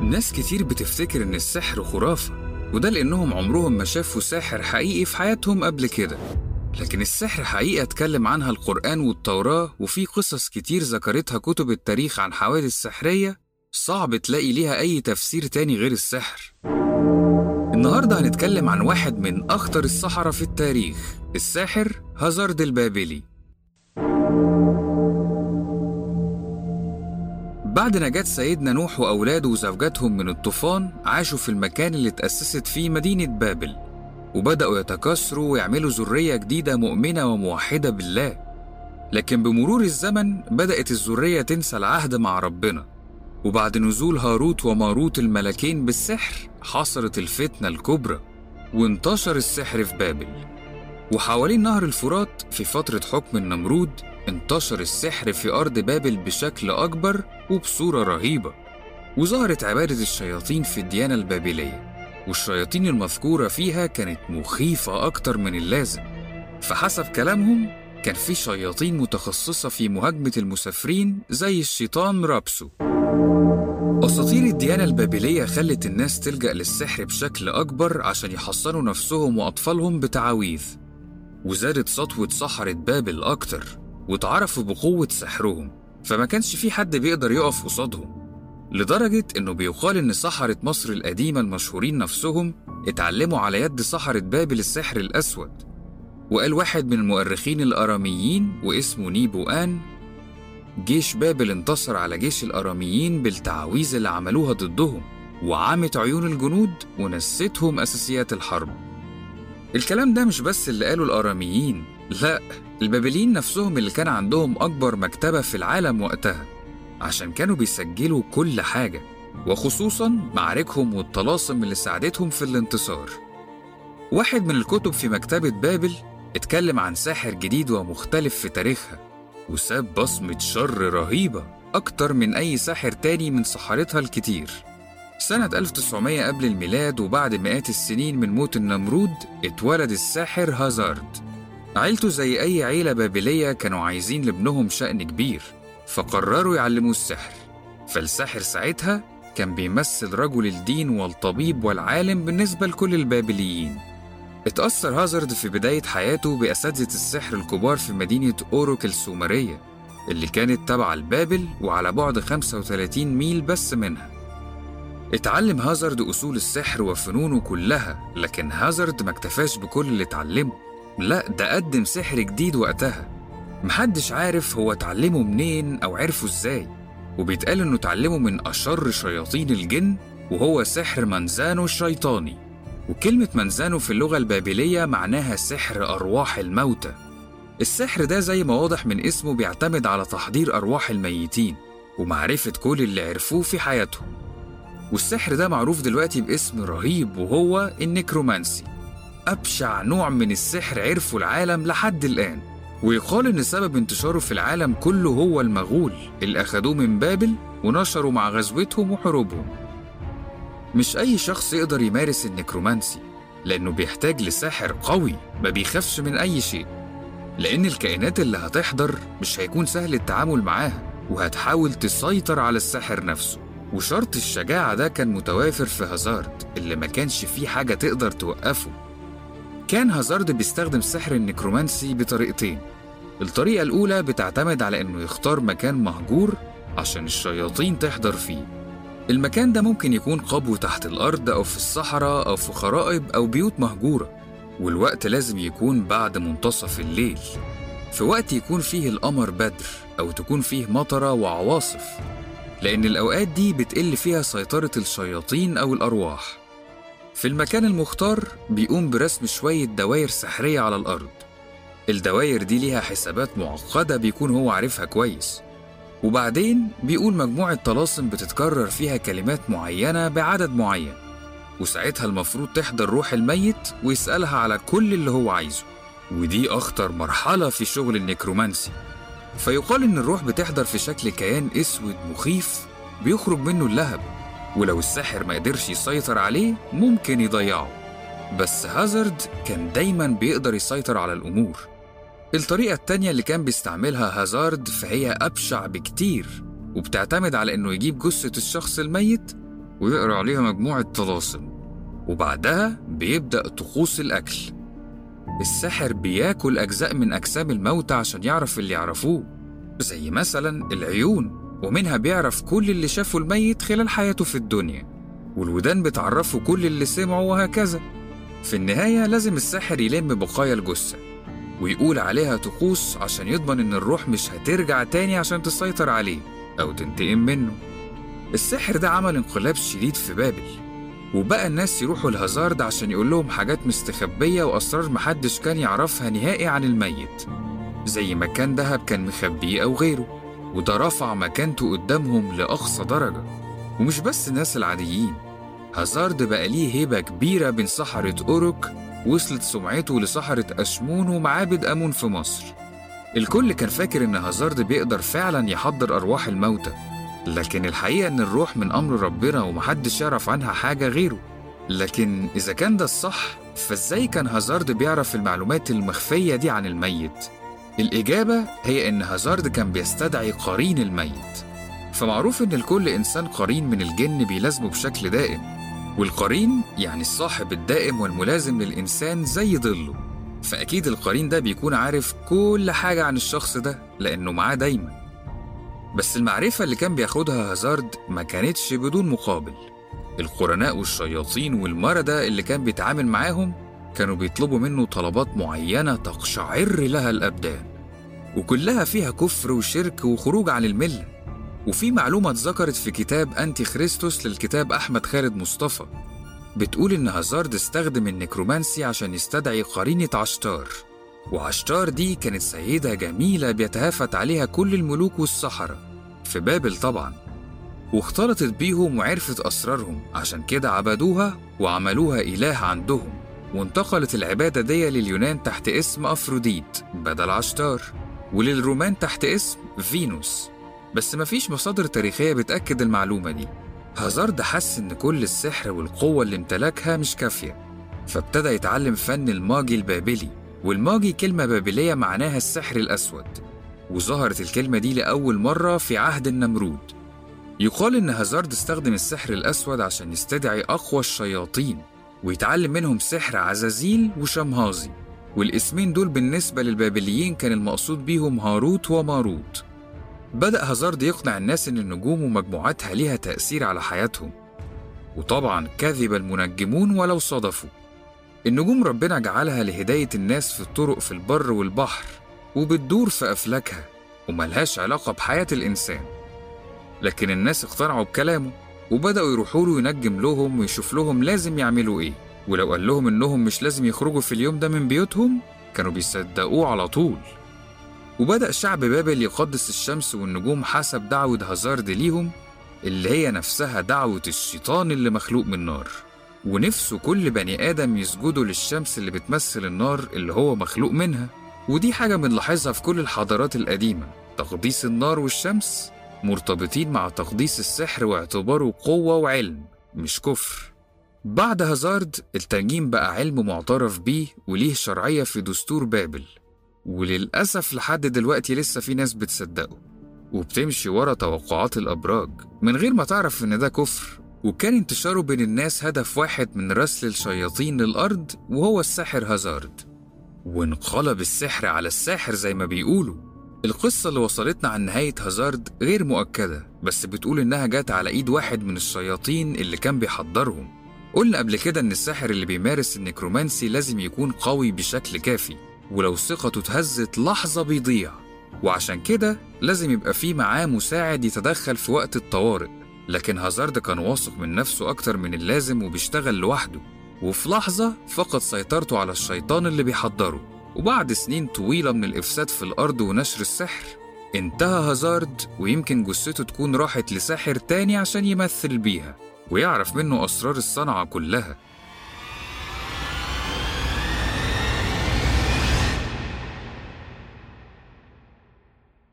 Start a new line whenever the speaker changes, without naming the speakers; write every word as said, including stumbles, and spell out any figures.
ناس كتير بتفتكر إن السحر خرافة، وده لأنهم عمرهم ما شافوا ساحر حقيقي في حياتهم قبل كده. لكن السحر حقيقة اتكلم عنها القرآن والتوراة، وفي قصص كتير ذكرتها كتب التاريخ عن حوادث سحرية صعب تلاقي ليها أي تفسير تاني غير السحر. النهاردة هنتكلم عن واحد من أخطر السحرة في التاريخ، الساحر هازارد البابلي. بعد نجاة سيدنا نوح وأولاده وزوجاتهم من الطوفان، عاشوا في المكان اللي اتأسست فيه مدينة بابل، وبدأوا يتكاثروا ويعملوا ذرية جديدة مؤمنة وموحدة بالله. لكن بمرور الزمن بدأت الذرية تنسى العهد مع ربنا، وبعد نزول هاروت وماروت الملكين بالسحر حصلت الفتنة الكبرى، وانتشر السحر في بابل. وحوالين نهر الفرات في فترة حكم النمرود انتشر السحر في أرض بابل بشكل أكبر وبصورة رهيبة، وظهرت عبادة الشياطين في الديانة البابلية، والشياطين المذكورة فيها كانت مخيفة أكتر من اللازم. فحسب كلامهم كان في شياطين متخصصة في مهاجمة المسافرين زي الشيطان رابسو. أساطير الديانة البابلية خلت الناس تلجأ للسحر بشكل أكبر عشان يحصنوا نفسهم وأطفالهم بتعاويذ، وزادت سطوة سحرة بابل أكتر، واتعرفوا بقوة سحرهم، فما كانش في حد بيقدر يقف قصادهم، لدرجة إنه بيقال إن سحرة مصر القديمة المشهورين نفسهم اتعلموا على يد سحرة بابل السحر الأسود. وقال واحد من المؤرخين الأراميين واسمه نيبو آن: جيش بابل انتصر على جيش الأراميين بالتعاويذ اللي عملوها ضدهم، وعمت عيون الجنود ونستهم أساسيات الحرب. الكلام ده مش بس اللي قالوا الأراميين، لا، البابليين نفسهم اللي كان عندهم أكبر مكتبة في العالم وقتها، عشان كانوا بيسجلوا كل حاجة، وخصوصاً معاركهم والطلاسم اللي ساعدتهم في الانتصار. واحد من الكتب في مكتبة بابل اتكلم عن ساحر جديد ومختلف في تاريخها، وساب بصمة شر رهيبة أكتر من أي ساحر تاني من سحرتها الكتير. سنة ألف وتسعمية قبل الميلاد، وبعد مئات السنين من موت النمرود، اتولد الساحر هازارد. عيلته زي أي عيلة بابلية كانوا عايزين لابنهم شأن كبير، فقرروا يعلموه السحر. فالساحر ساعتها كان بيمثل رجل الدين والطبيب والعالم بالنسبة لكل البابليين. اتأثر هازارد في بداية حياته بأساتذة السحر الكبار في مدينة أوروك السومرية، اللي كانت تابعة لبابل وعلى بعد خمسة وثلاثين ميل بس منها. اتعلم هازارد أصول السحر وفنونه كلها، لكن هازارد ما اكتفاش بكل اللي اتعلمه، لا، ده قدم سحر جديد وقتها محدش عارف هو اتعلمه منين أو عرفه ازاي، وبيتقال انه اتعلمه من أشر شياطين الجن، وهو سحر منزانو الشيطاني. وكلمة منزانو في اللغة البابلية معناها سحر أرواح الموتى. السحر ده زي ما واضح من اسمه بيعتمد على تحضير أرواح الميتين ومعرفة كل اللي عرفوه في حياتهم. والسحر ده معروف دلوقتي باسم رهيب، وهو النكرومانسي، أبشع نوع من السحر عرفه العالم لحد الآن. ويقال إن سبب انتشاره في العالم كله هو المغول اللي أخدوه من بابل ونشروا مع غزوتهم وحروبهم. مش أي شخص يقدر يمارس النكرومانسي، لأنه بيحتاج لساحر قوي ما بيخافش من أي شيء، لأن الكائنات اللي هتحضر مش هيكون سهل التعامل معاها، وهتحاول تسيطر على الساحر نفسه. وشرط الشجاعة ده كان متوافر في هازارد، اللي ما كانش فيه حاجة تقدر توقفه. كان هازارد بيستخدم سحر النكرومانسي بطريقتين. الطريقة الأولى بتعتمد على إنه يختار مكان مهجور عشان الشياطين تحضر فيه. المكان ده ممكن يكون قبو تحت الأرض أو في الصحراء أو في خرائب أو بيوت مهجورة، والوقت لازم يكون بعد منتصف الليل، في وقت يكون فيه القمر بدر أو تكون فيه مطرة وعواصف، لأن الأوقات دي بتقل فيها سيطرة الشياطين أو الأرواح. في المكان المختار بيقوم برسم شوية دواير سحرية على الأرض. الدواير دي ليها حسابات معقدة بيكون هو عارفها كويس، وبعدين بيقول مجموعة طلاسم بتتكرر فيها كلمات معينة بعدد معين، وساعتها المفروض تحضر روح الميت ويسألها على كل اللي هو عايزه، ودي أخطر مرحلة في شغل النكرومانسي. فيقال إن الروح بتحضر في شكل كيان أسود مخيف بيخرج منه اللهب، ولو الساحر ما قدرش يسيطر عليه ممكن يضيعه. بس هازارد كان دايماً بيقدر يسيطر على الأمور. الطريقة التانية اللي كان بيستعملها هازارد فهي أبشع بكتير، وبتعتمد على إنه يجيب جثة الشخص الميت ويقرأ عليها مجموعة طلاسم، وبعدها بيبدأ طقوس الأكل. الساحر بياكل أجزاء من أجسام الموتى عشان يعرف اللي يعرفوه، زي مثلا العيون، ومنها بيعرف كل اللي شافه الميت خلال حياته في الدنيا، والودان بتعرفه كل اللي سمعه، وهكذا. في النهاية لازم الساحر يلم بقايا الجثة ويقول عليها طقوس عشان يضمن إن الروح مش هترجع تاني عشان تسيطر عليه أو تنتقم منه. السحر ده عمل انقلاب شديد في بابل، وبقى الناس يروحوا لهازارد عشان يقول لهم حاجات مستخبية وأسرار محدش كان يعرفها نهائي عن الميت، زي مكان دهب كان مخبيه أو غيره، وده رفع مكانته قدامهم لأقصى درجة. ومش بس الناس العاديين، هازارد بقى ليه هيبة كبيرة بين سحرة أوروك، وصلت سمعته لسحرة أشمون ومعابد أمون في مصر. الكل كان فاكر إن هازارد بيقدر فعلا يحضر أرواح الموتى، لكن الحقيقة إن الروح من أمر ربنا ومحدش يعرف عنها حاجة غيره. لكن إذا كان ده الصح، فإزاي كان هازارد بيعرف المعلومات المخفية دي عن الميت؟ الإجابة هي إن هازارد كان بيستدعي قرين الميت. فمعروف إن لكل إنسان قرين من الجن بيلازمه بشكل دائم، والقرين يعني الصاحب الدائم والملازم للإنسان زي ظله. فأكيد القرين ده بيكون عارف كل حاجة عن الشخص ده لأنه معاه دايما. بس المعرفة اللي كان بياخدها هازارد ما كانتش بدون مقابل. القرناء والشياطين والمردة اللي كان بيتعامل معاهم كانوا بيطلبوا منه طلبات معينة تقشعر لها الأبدان، وكلها فيها كفر وشرك وخروج عن الملة. وفي معلومة اتذكرت في كتاب أنتي خريستوس للكتاب أحمد خالد مصطفى بتقول إن هازارد استخدم النكرومانسي عشان يستدعي قرينة عشتار، وعشتار دي كانت سيدة جميلة بيتهافت عليها كل الملوك والسحرة في بابل طبعا، واختلطت بيهم وعرفت أسرارهم، عشان كده عبدوها وعملوها إله عندهم. وانتقلت العبادة دي لليونان تحت اسم أفروديت بدل عشتار، وللرومان تحت اسم فينوس. بس مفيش مصادر تاريخية بتأكد المعلومة دي. هازارد حس إن كل السحر والقوة اللي امتلكها مش كافية، فابتدى يتعلم فن الماجي البابلي. والماجي كلمة بابلية معناها السحر الأسود، وظهرت الكلمة دي لأول مرة في عهد النمرود. يقال إن هازارد استخدم السحر الأسود عشان يستدعي أقوى الشياطين ويتعلم منهم سحر عزازيل وشمهازي، والاسمين دول بالنسبة للبابليين كان المقصود بيهم هاروت وماروت. بدأ هازارد يقنع الناس إن النجوم ومجموعاتها ليها تأثير على حياتهم، وطبعا كذب المنجمون ولو صدفوا. النجوم ربنا جعلها لهداية الناس في الطرق في البر والبحر، وبتدور في أفلاكها وملهاش علاقة بحياة الإنسان. لكن الناس اقتنعوا بكلامه وبدأوا يروحوا له ينجم لهم ويشوف لهم لازم يعملوا إيه، ولو قال لهم إنهم مش لازم يخرجوا في اليوم ده من بيوتهم كانوا بيصدقوه على طول. وبدأ شعب بابل يقدس الشمس والنجوم حسب دعوة هازارد ليهم، اللي هي نفسها دعوة الشيطان اللي مخلوق من نار، ونفسه كل بني آدم يسجدوا للشمس اللي بتمثل النار اللي هو مخلوق منها. ودي حاجة بنلاحظها في كل الحضارات القديمة، تقديس النار والشمس مرتبطين مع تقديس السحر واعتباره قوة وعلم مش كفر. بعد هازارد التنجيم بقى علم معترف بيه وليه شرعية في دستور بابل، وللأسف لحد دلوقتي لسه في ناس بتصدقه وبتمشي ورا توقعات الأبراج من غير ما تعرف إن ده كفر. وكان انتشاره بين الناس هدف واحد من رسل الشياطين للأرض، وهو الساحر هازارد. وانقلب السحر على الساحر زي ما بيقولوا. القصة اللي وصلتنا عن نهاية هازارد غير مؤكدة، بس بتقول إنها جات على إيد واحد من الشياطين اللي كان بيحضرهم. قلنا قبل كده إن الساحر اللي بيمارس النكرومانسي لازم يكون قوي بشكل كافي، ولو ثقته اتهزت لحظة بيضيع، وعشان كده لازم يبقى فيه معاه مساعد يتدخل في وقت الطوارئ. لكن هازارد كان واثق من نفسه أكتر من اللازم وبيشتغل لوحده، وفي لحظة فقد سيطرته على الشيطان اللي بيحضره. وبعد سنين طويلة من الإفساد في الأرض ونشر السحر انتهى هازارد، ويمكن جثته تكون راحت لساحر تاني عشان يمثل بيها ويعرف منه أسرار الصنعة كلها.